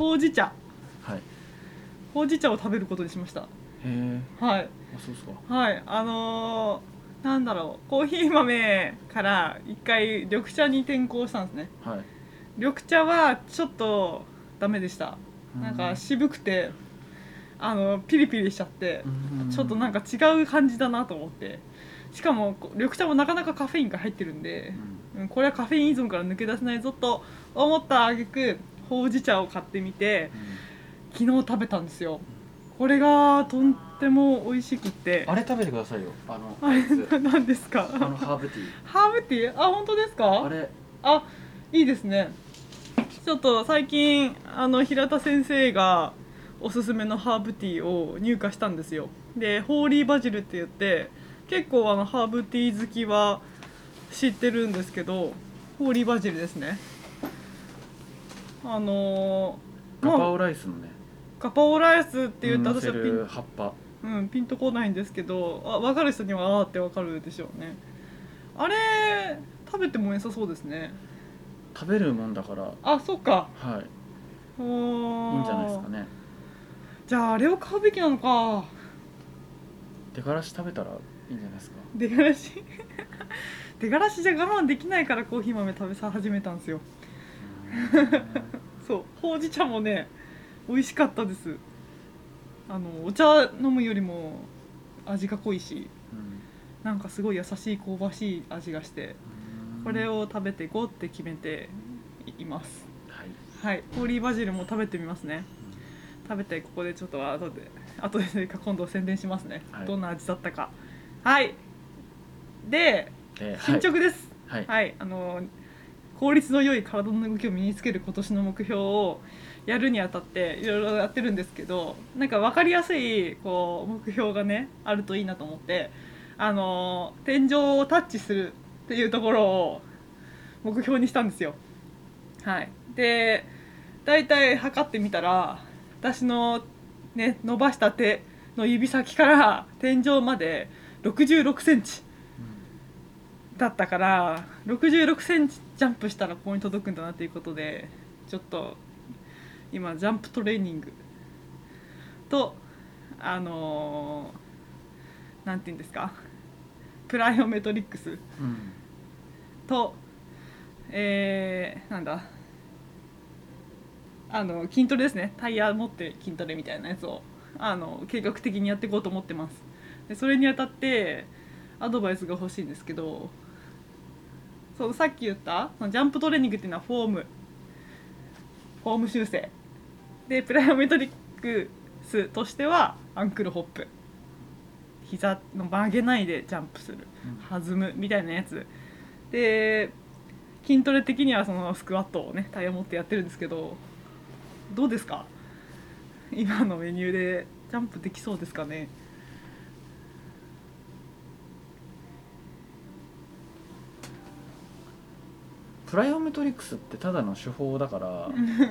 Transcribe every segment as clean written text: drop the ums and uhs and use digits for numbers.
ほうじ茶、 はい、 ほうじ茶を食べることにしました。 へえ、 はい、 あ、そうですか。 はい、なんだろう、コーヒー豆から一回緑茶に転向したんですね。 はい、 緑茶はちょっとダメでした。なんかうん渋くてピリピリしちゃって、ちょっとなんか違う感じだなと思って、しかも緑茶もなかなかカフェインが入ってるんで、これはカフェイン依存から抜け出せないぞと思った挙句ほうじ茶を買ってみて、昨日食べたんですよ。これがとっても美味しくて。 あれ食べてくださいよ。 あれ何ですか？ ハーブティー。 ハーブティー？あ、本当ですか？ あれ、 あ、いいですね。ちょっと最近平田先生がおすすめのハーブティーを入荷したんですよ。でホーリーバジルって言って、結構ハーブティー好きは知ってるんですけど、ホーリーバジルですね。 ガパオライスのね、 ガパオライスって言ったら乗せる葉っぱ、 ピンとこないんですけど、分かる人にはって分かるでしょうね。あれ食べても良さそうですね。 食べるもんだから。 あ、そっか。 はい、いいんじゃないですかね。 じゃああれを買うべきなのか。 出がらし食べたらいいんじゃないですか。 出がらし出がらしじゃ我慢できないからコーヒー豆食べさ始めたんですよ。そう、ほうじ茶もね美味しかったです。お茶飲むよりも味が濃いし、なんかすごい優しい香ばしい味がして、これを食べていこうって決めています。はい、ホーリーバジルも食べてみますね。食べてここでちょっと後で今度宣伝しますね、はい、どんな味だったか。はいで、進捗です。はい、はい、効率の良い体の動きを身につける今年の目標をやるにあたっていろいろやってるんですけど、なんか分かりやすい目標がねあるといいなと思って、天井をタッチするっていうところを目標にしたんですよ。はい、でだいたい測ってみたら、私の、ね、伸ばした手の指先から天井まで66センチだったから、66センチジャンプしたらここに届くんだなということで、ちょっと今ジャンプトレーニングとなんていうんですか、プライオメトリックスと、なんだ筋トレですね。タイヤ持って筋トレみたいなやつを計画的にやっていこうと思ってます。でそれにあたってアドバイスが欲しいんですけど、そうさっき言ったそのジャンプトレーニングっていうのはフォーム修正で、プライオメトリックスとしてはアンクルホップ、膝の曲げないでジャンプする、弾むみたいなやつで、筋トレ的にはそのスクワットをねタイヤ持ってやってるんですけど、どうですか？今のメニューでジャンプできそうですかね？ プライオメトリックスってただの手法だから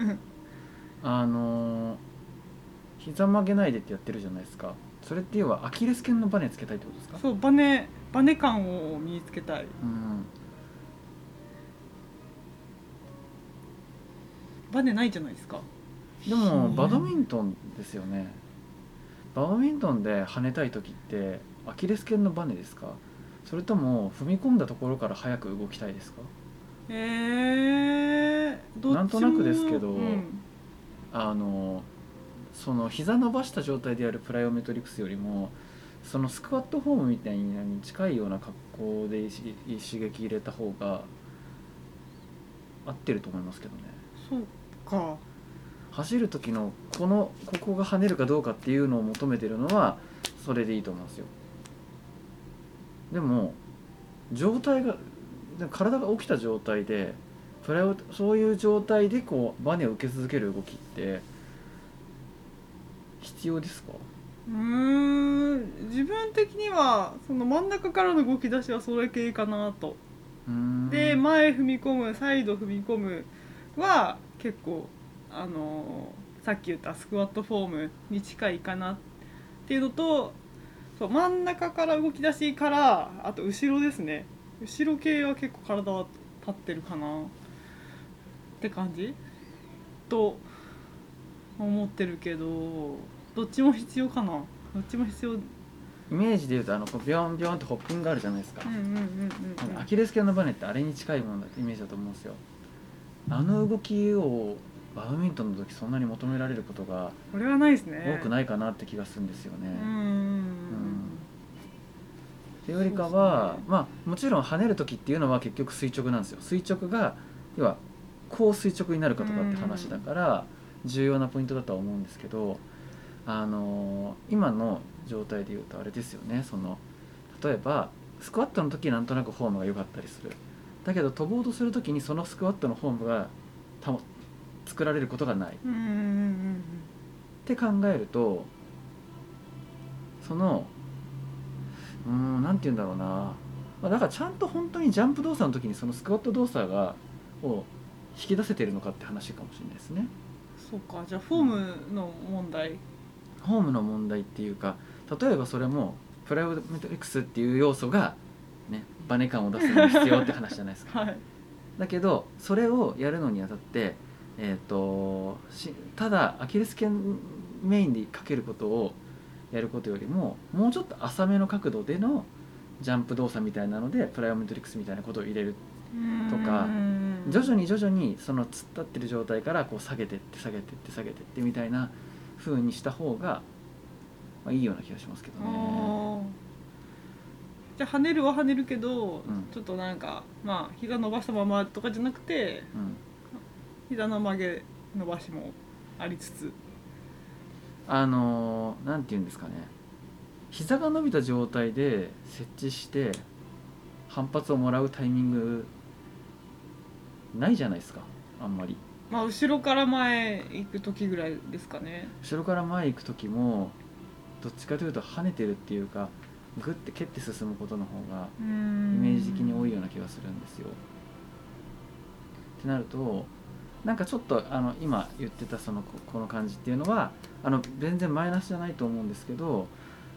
膝曲げないでってやってるじゃないですか。それって要はアキレス腱のバネつけたいってことですか？ そう、バネ感を身につけたい。バネないじゃないですか。 でもバドミントンですよね。バドミントンで跳ねたい時ってアキレス腱のバネですか？それとも踏み込んだところから早く動きたいですか？ どっちもなんとなくですけど、その膝伸ばした状態でやるプライオメトリクスよりも、そのスクワットフォームみたいに近いような格好で刺激入れた方が合ってると思いますけどね。 そうか。 走る時のここが跳ねるかどうかっていうのを求めてるのはそれでいいと思うんですよ。でも体が起きた状態でそういう状態でバネを受け続ける動きって必要ですか？ 自分的にはその真ん中からの動き出しはそれ系かなと。で前踏み込む、サイド踏み込むは結構さっき言ったスクワットフォームに近いかなっていうのと、そう真ん中から動き出しから、あと後ろですね。後ろ系は結構体は立ってるかなって感じと思ってるけど、どっちも必要かな。どっちも必要。 イメージでいうとこうビョンビョンってホッピングあるじゃないですか、アキレス腱のバネってあれに近いものだってイメージだと思うんですよ。あの動きをバドミントンの時そんなに求められることがこれはないですね。 多くないかなって気がするんですよね。っていうよりかは、まあもちろん跳ねる時っていうのは結局垂直なんですよ。垂直が要はこう垂直になるかとかって話だから重要なポイントだとは思うんですけど、今の状態でいうとあれですよね。例えばスクワットの時なんとなくフォームが良かったりする。だけど飛ぼうとする時にそのスクワットのフォームが作られることがない、って考えるとなんて言うんだろうな、まあ、だからちゃんと本当にジャンプ動作の時にそのスクワット動作を引き出せてるのかって話かもしれないですね。 そうか、じゃあフォームの問題、 フォームの問題っていうか、例えばそれもプライオメトリクスっていう要素がねバネ感を出すのに必要って話じゃないですか、 はい、 だけどそれをやるのにあたってただアキレス腱メインでかけることをやることよりももうちょっと浅めの角度でのジャンプ動作みたいなのでプライオメトリクスみたいなことを入れるとか、徐々にその突っ立ってる状態からこう下げてって下げてって下げてってみたいな風にした方が、まあ、いいような気がしますけどね。 じゃあ跳ねるは跳ねるけど、ちょっとなんかまあ膝伸ばしたままとかじゃなくて、膝の曲げ伸ばしもありつつ、 なんていうんですかね、膝が伸びた状態で設置して反発をもらうタイミングないじゃないですか、あんまり。 まあ後ろから前行く時ぐらいですかね。 後ろから前行く時もどっちかというと跳ねてるっていうかグッて蹴って進むことの方がイメージ的に多いような気がするんですよ。ってなるとなんかちょっと今言ってたこの感じっていうのは全然マイナスじゃないと思うんですけど、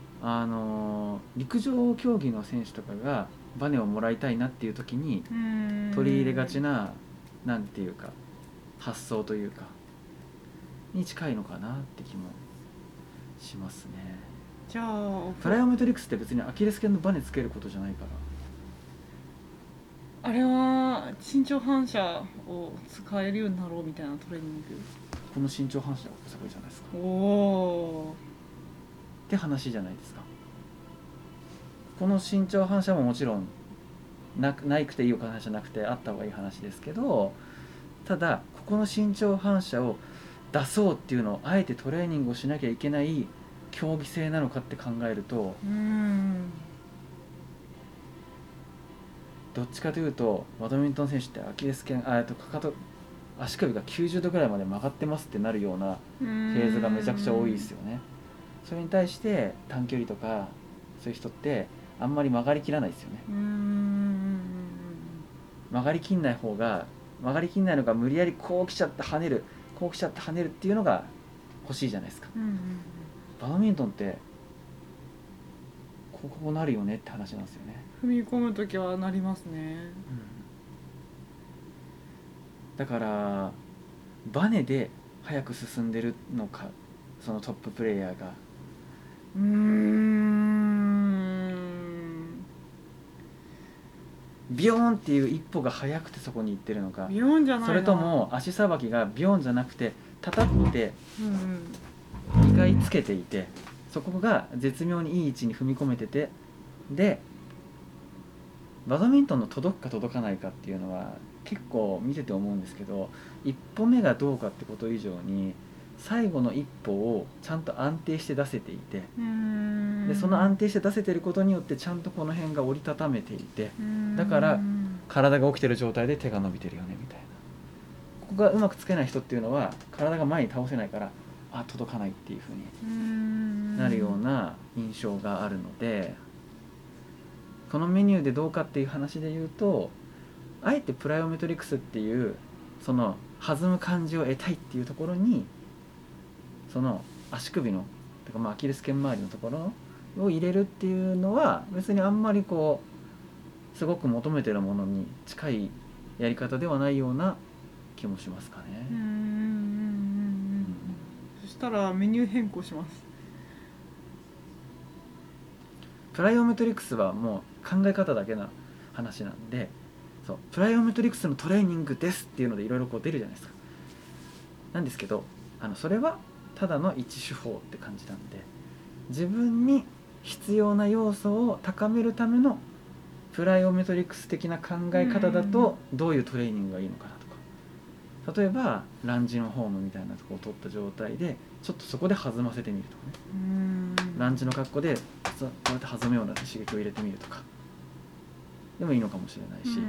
陸上競技の選手とかがバネをもらいたいなっていう時に取り入れがちななんていうか発想というかに近いのかなって気もしますね。 じゃあプライオメトリクスって別にアキレス腱のバネつけることじゃないから、 あれは身長反射を使えるようになろうみたいなトレーニング。 この身長反射がすごいじゃないですか。 おお。 って話じゃないですか。この身長反射ももちろんないくていいお話じゃなくてあった方がいい話ですけど、ただここの身長反射を出そうっていうのをあえてトレーニングをしなきゃいけない競技性なのかって考えると、どっちかというとバドミントン選手ってアキレス腱かかと足首が90度ぐらいまで曲がってますってなるようなフェーズがめちゃくちゃ多いですよね。それに対して短距離とかそういう人ってあんまり曲がりきらないですよね。曲がりきんないのが無理やりこう来ちゃって跳ねるこう来ちゃって跳ねるっていうのが欲しいじゃないですか。バドミントンってこうなるよねって話なんですよね。 踏み込むときはなりますね、 だからバネで早く進んでるのかそのトッププレイヤーがビヨーンっていう一歩が速くてそこに行ってるのか、 ビヨーンじゃないな、 それとも足さばきがビヨーンじゃなくて叩って2回つけていてそこが絶妙にいい位置に踏み込めてて、でバドミントンの届くか届かないかっていうのは結構見てて思うんですけど、一歩目がどうかってこと以上に最後の一歩をちゃんと安定して出せていて、でその安定して出せてることによってちゃんとこの辺が折りたためていて、だから体が起きてる状態で手が伸びてるよねみたいな。ここがうまくつけない人っていうのは体が前に倒せないから届かないっていう風になるような印象があるので、このメニューでどうかっていう話で言うとあえてプライオメトリクスっていうその弾む感じを得たいっていうところにその足首のとかアキレス腱周りのところを入れるっていうのは別にあんまりこうすごく求めてるものに近いやり方ではないような気もしますかね。 したらメニュー変更します。 プライオメトリクスはもう考え方だけな話なんで、そうプライオメトリクスのトレーニングですっていうのでいろいろこう出るじゃないですか。なんですけどそれはただの一手法って感じなんで、自分に必要な要素を高めるためのプライオメトリクス的な考え方だとどういうトレーニングがいいのかなとか、例えばランジのフォームみたいなところを取った状態でちょっとそこで弾ませてみるとかね、ランジの格好でこうやって弾むような刺激を入れてみるとかでもいいのかもしれないし、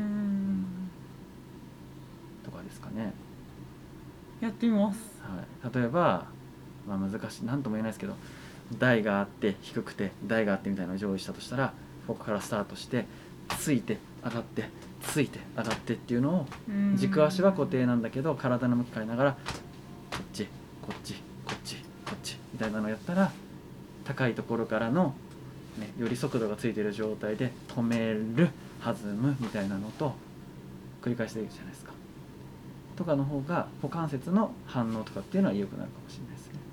とかですかね。 やってみます。 はい、例えば、難しい何とも言えないですけど、台があって低くて台があってみたいなのを用意したとしたら、ここからスタートしてついて上がってついて上がってっていうのを、軸足は固定なんだけど体の向き変えながらこっちこっちこっちこっちみたいなのをやったら、高いところからの、より速度がついている状態で止める弾むみたいなのと繰り返していくじゃないですか。とかの方が股関節の反応とかっていうのは良くなるかもしれないですね。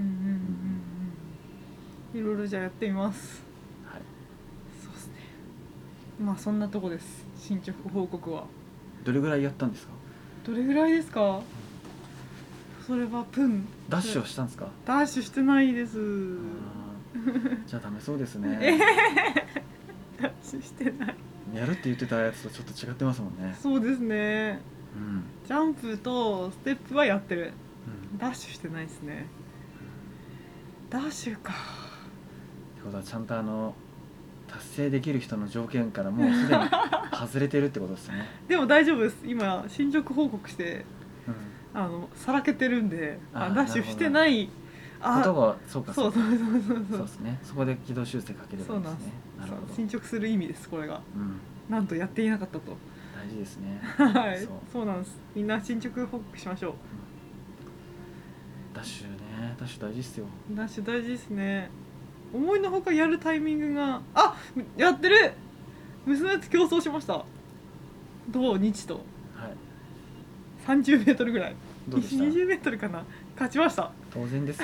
いろいろじゃあやってみます。 はい。 そうですね。そんなとこです。進捗報告は。 どれぐらいやったんですか？ どれぐらいですか？それはダッシュをしたんですか？ ダッシュしてないです。 じゃあダメそうですね。 ダッシュしてない。 やるって言ってたやつとちょっと違ってますもんね。 そうですね。ジャンプとステップはやってる。ダッシュしてないですね。ダッシュか。 ってことはちゃんと達成できる人の条件からもうすでに外れてるってことですね。 でも大丈夫です。今進捗報告して、さらけてるんで、ダッシュしてないことがそうかそうですね。そこで軌道修正かければいいですね。なるほど。 進捗する意味ですこれが。なんとやっていなかったと。 大事ですね。 はい、そうなんです。みんな進捗報告しましょう。 ダッシュね、ダッシュ大事ですよ。 ダッシュ大事ですね。思いのほかやるタイミングがやってる。娘と競争しました。土日と、30メートルぐらい。 どうでした？ 20メートルかな。勝ちました。 当然ですよ。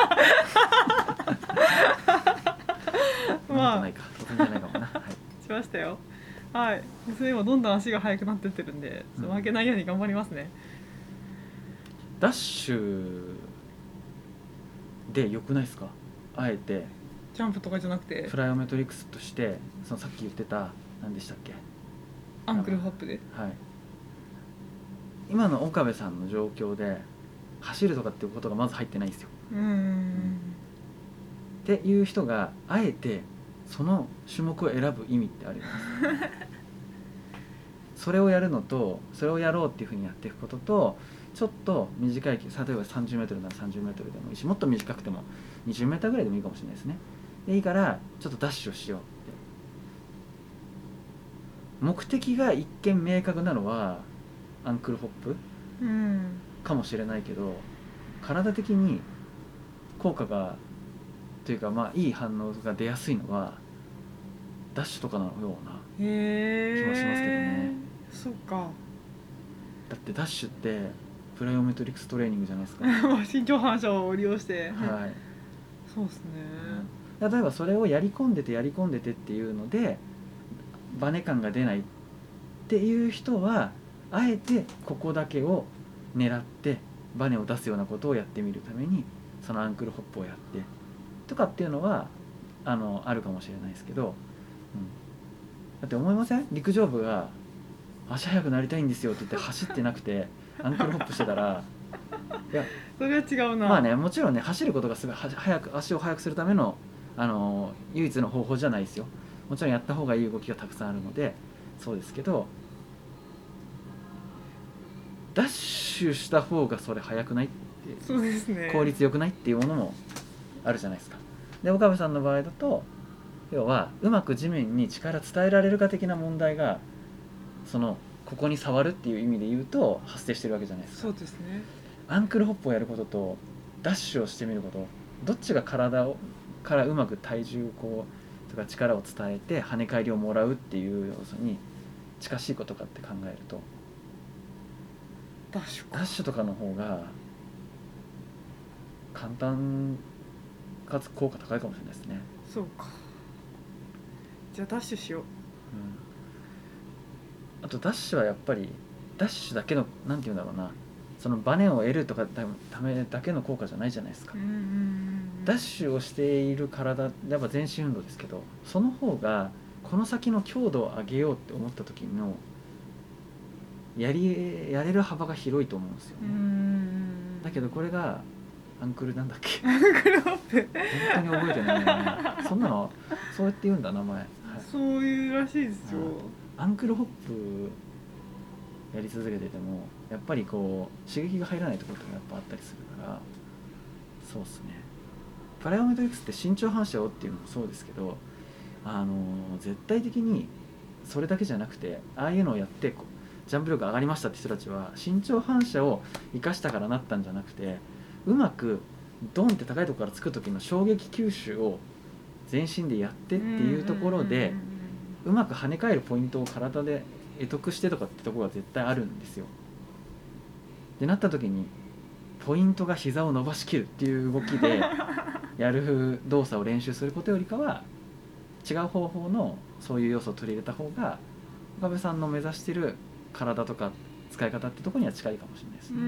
ないか、当然じゃないかもな。 しましたよ。はい。娘もどんどん足が速くなってってるんで、負けないように頑張りますね。 ダッシュで良くないですか？あえてジャンプとかじゃなくてプライオメトリクスとして、さっき言ってた何でしたっけ？ アンクルホップで。 はい。今の岡部さんの状況で走るとかっていうことがまず入ってないんですよ。っていう人があえてその種目を選ぶ意味ってあります。それをやるのと、それをやろうっていうふうにやっていくことと、ちょっと短い、例えば 30m なら 30m でもいいし、もっと短くても 20m ぐらいでもいいかもしれないですね。でいいからちょっとダッシュをしようって。目的が一見明確なのはアンクルホップかもしれないけど、体的に効果がというか、いい反応が出やすいのはダッシュとかのような気もしますけどね。 そうか。 だってダッシュってプライオメトリクストレーニングじゃないですか。 身長反射を利用して。 はい。 そうですね。 例えばそれをやり込んでてっていうのでバネ感が出ないっていう人は、あえてここだけを狙ってバネを出すようなことをやってみるためにそのアンクルホップをやってとかっていうのはあるかもしれないですけど、だって思いません？陸上部が足速くなりたいんですよって言って走ってなくてアンクルホップしてたらいやそれは違うな。 もちろんね、走ることがすごい足を速くするための唯一の方法じゃないですよ。もちろんやった方がいい動きがたくさんあるのでそうですけど、ダッシュした方がそれ速くないって、 そうですね、 効率よくないっていうものもあるじゃないですか。で岡部さんの場合だと、要はうまく地面に力伝えられるか的な問題がここに触るっていう意味で言うと発生してるわけじゃないですか。 そうですね。 アンクルホップをやることとダッシュをしてみること、どっちが体からうまく体重とか力を伝えて跳ね返りをもらうっていう要素に近しいことかって考えると、 ダッシュとかの方が簡単かつ効果高いかもしれないですね。 そうか、じゃあダッシュしよう。 あとダッシュはやっぱりダッシュだけのなんていうんだろうな、そのバネを得るとかためだけの効果じゃないじゃないですか。ダッシュをしている体、やっぱ全身運動ですけど、その方がこの先の強度を上げようって思った時のやれる幅が広いと思うんですよね。だけどこれがアンクルなんだっけアンクルホップ本当に覚えてないよね。そんなのそうやって言うんだ名前、はい、 そういうらしいですよ。 アンクルホップやり続けててもやっぱりこう刺激が入らないところとかやっぱあったりするから、そうですね。パラオメトリクスって身長反射をっていうのもそうですけど、絶対的にそれだけじゃなくて、ああいうのをやってこうジャンプ力上がりましたって人たちは身長反射を生かしたからなったんじゃなくて、うまくドンって高いところからつく時の衝撃吸収を全身でやってっていうところでうまく跳ね返るポイントを体で得得してとかってところが絶対あるんですよ。でなった時にポイントが膝を伸ばしきるっていう動きでやる動作を練習することよりかは違う方法のそういう要素を取り入れた方が岡部さんの目指している体とか使い方ってところには近いかもしれないですね。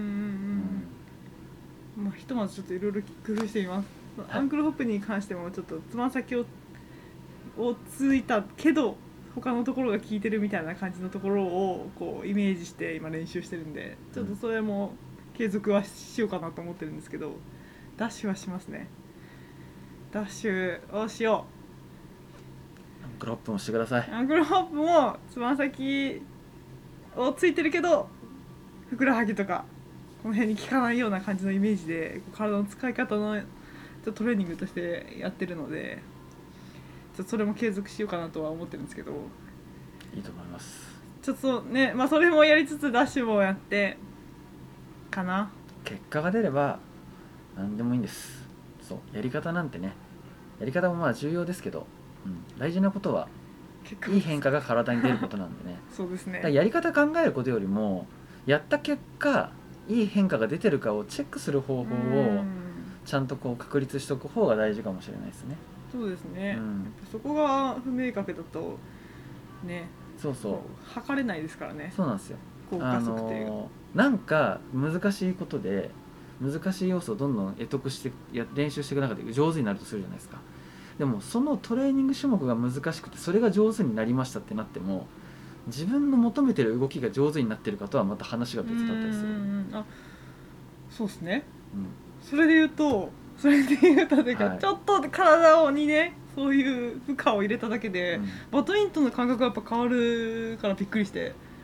まあ、ひとまずちょっといろいろ工夫してみます。 はい、 アンクルホップに関してもちょっとつま先をついたけど他のところが効いてるみたいな感じのところをこうイメージして今練習してるんで、ちょっとそれも継続はしようかなと思ってるんですけど、ダッシュはしますね。ダッシュをしよアンクルホップもしてください。 う。アンクルホップもつま先をついてるけどふくらはぎとかこの辺に効かないような感じのイメージで体の使い方のトレーニングとしてやってるので、ちょっとそれも継続しようかなとは思ってるんですけど、 いいと思います。 ちょっとね、まあそれもやりつつダッシュもやってかな。 結果が出れば何でもいいんです。そう、やり方なんてね、やり方もまあ重要ですけど、大事なことはいい変化が体に出ることなんでねそうですね。 だからやり方考えることよりもやった結果いい変化が出てるかをチェックする方法をちゃんとこう確立しておく方が大事かもしれないですね。 そうですね、やっぱそこが不明確だとね、 そうそう測れないですからね。 そうなんですよ。 効果測定がなんか難しいことで難しい要素をどんどん得得して練習していく中で上手になるとするじゃないですか。でもそのトレーニング種目が難しくてそれが上手になりましたってなっても自分の求めてる動きが上手になってるかとはまた話が別だったりする。 あ、そうですね、それで言うとというか、はい、ちょっと体にねそういう負荷を入れただけで、バドミントンの感覚がやっぱ変わるからびっくりして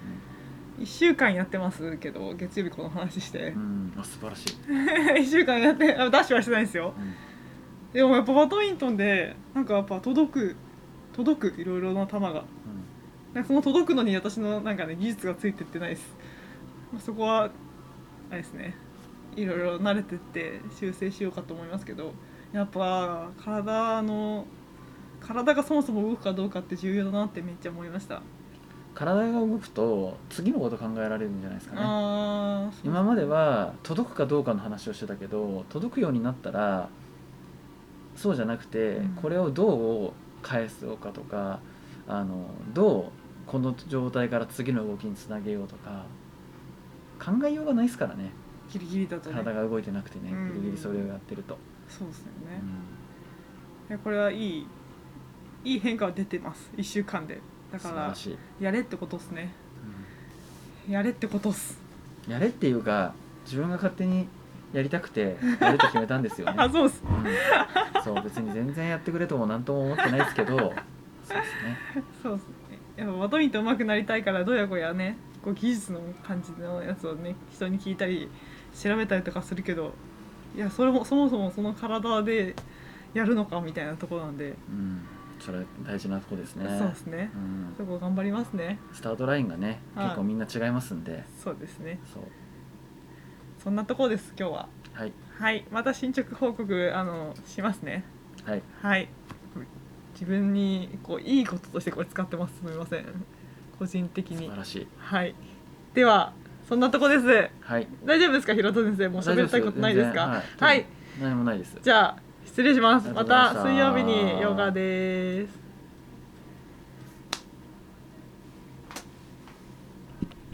、1週間やってますけど月曜日この話して、 素晴らしい 1週間やってダッシュはしてないんですよ、でもやっぱバドミントンでなんかやっぱ届くいろいろな球が、なんかその届くのに私のなんかね技術がついてってないです。そこはあれですね、いろいろ慣れてって修正しようかと思いますけど、やっぱ体がそもそも動くかどうかって重要だなってめっちゃ思いました。 体が動くと次のこと考えられるんじゃないですかね。今までは届くかどうかの話をしてたけど届くようになったらそうじゃなくて、これをどう返すのかとかどうこの状態から次の動きにつなげようとか考えようがないですからね。 ギリギリだと、ね、 体が動いてなくてね、ギリギリそれをやってると。 そうですよね、これはいい変化は出てます1週間で。だからやれってことっすね、やれってことっす。 やれっていうか自分が勝手にやりたくてやると決めたんですよねあ、そうっす、 そう別に全然やってくれとも何とも思ってないですけどそうですね。 そうですね。やっぱバドミントン上手くなりたいからどやこやねこう技術の感じのやつをね人に聞いたり調べたりとかするけど、いやそれもそもそもその体でやるのかみたいなところなんで、 それ大事なとこですね。 そうですね、そこ頑張りますね。 スタートラインがね結構みんな違いますんで。 そうですね。そんなところです今日は。はい、また進捗報告しますね。はい、自分にこういいこととしてこれ使ってます。すみません個人的に。 素晴らしい。 はい、ではそんなとこです。 はい、 大丈夫ですか、平田先生、もう喋りたいことないですか？ はい、 はい、 何もないです。 じゃあ失礼します。まありがとうございましたた水曜日にヨガです。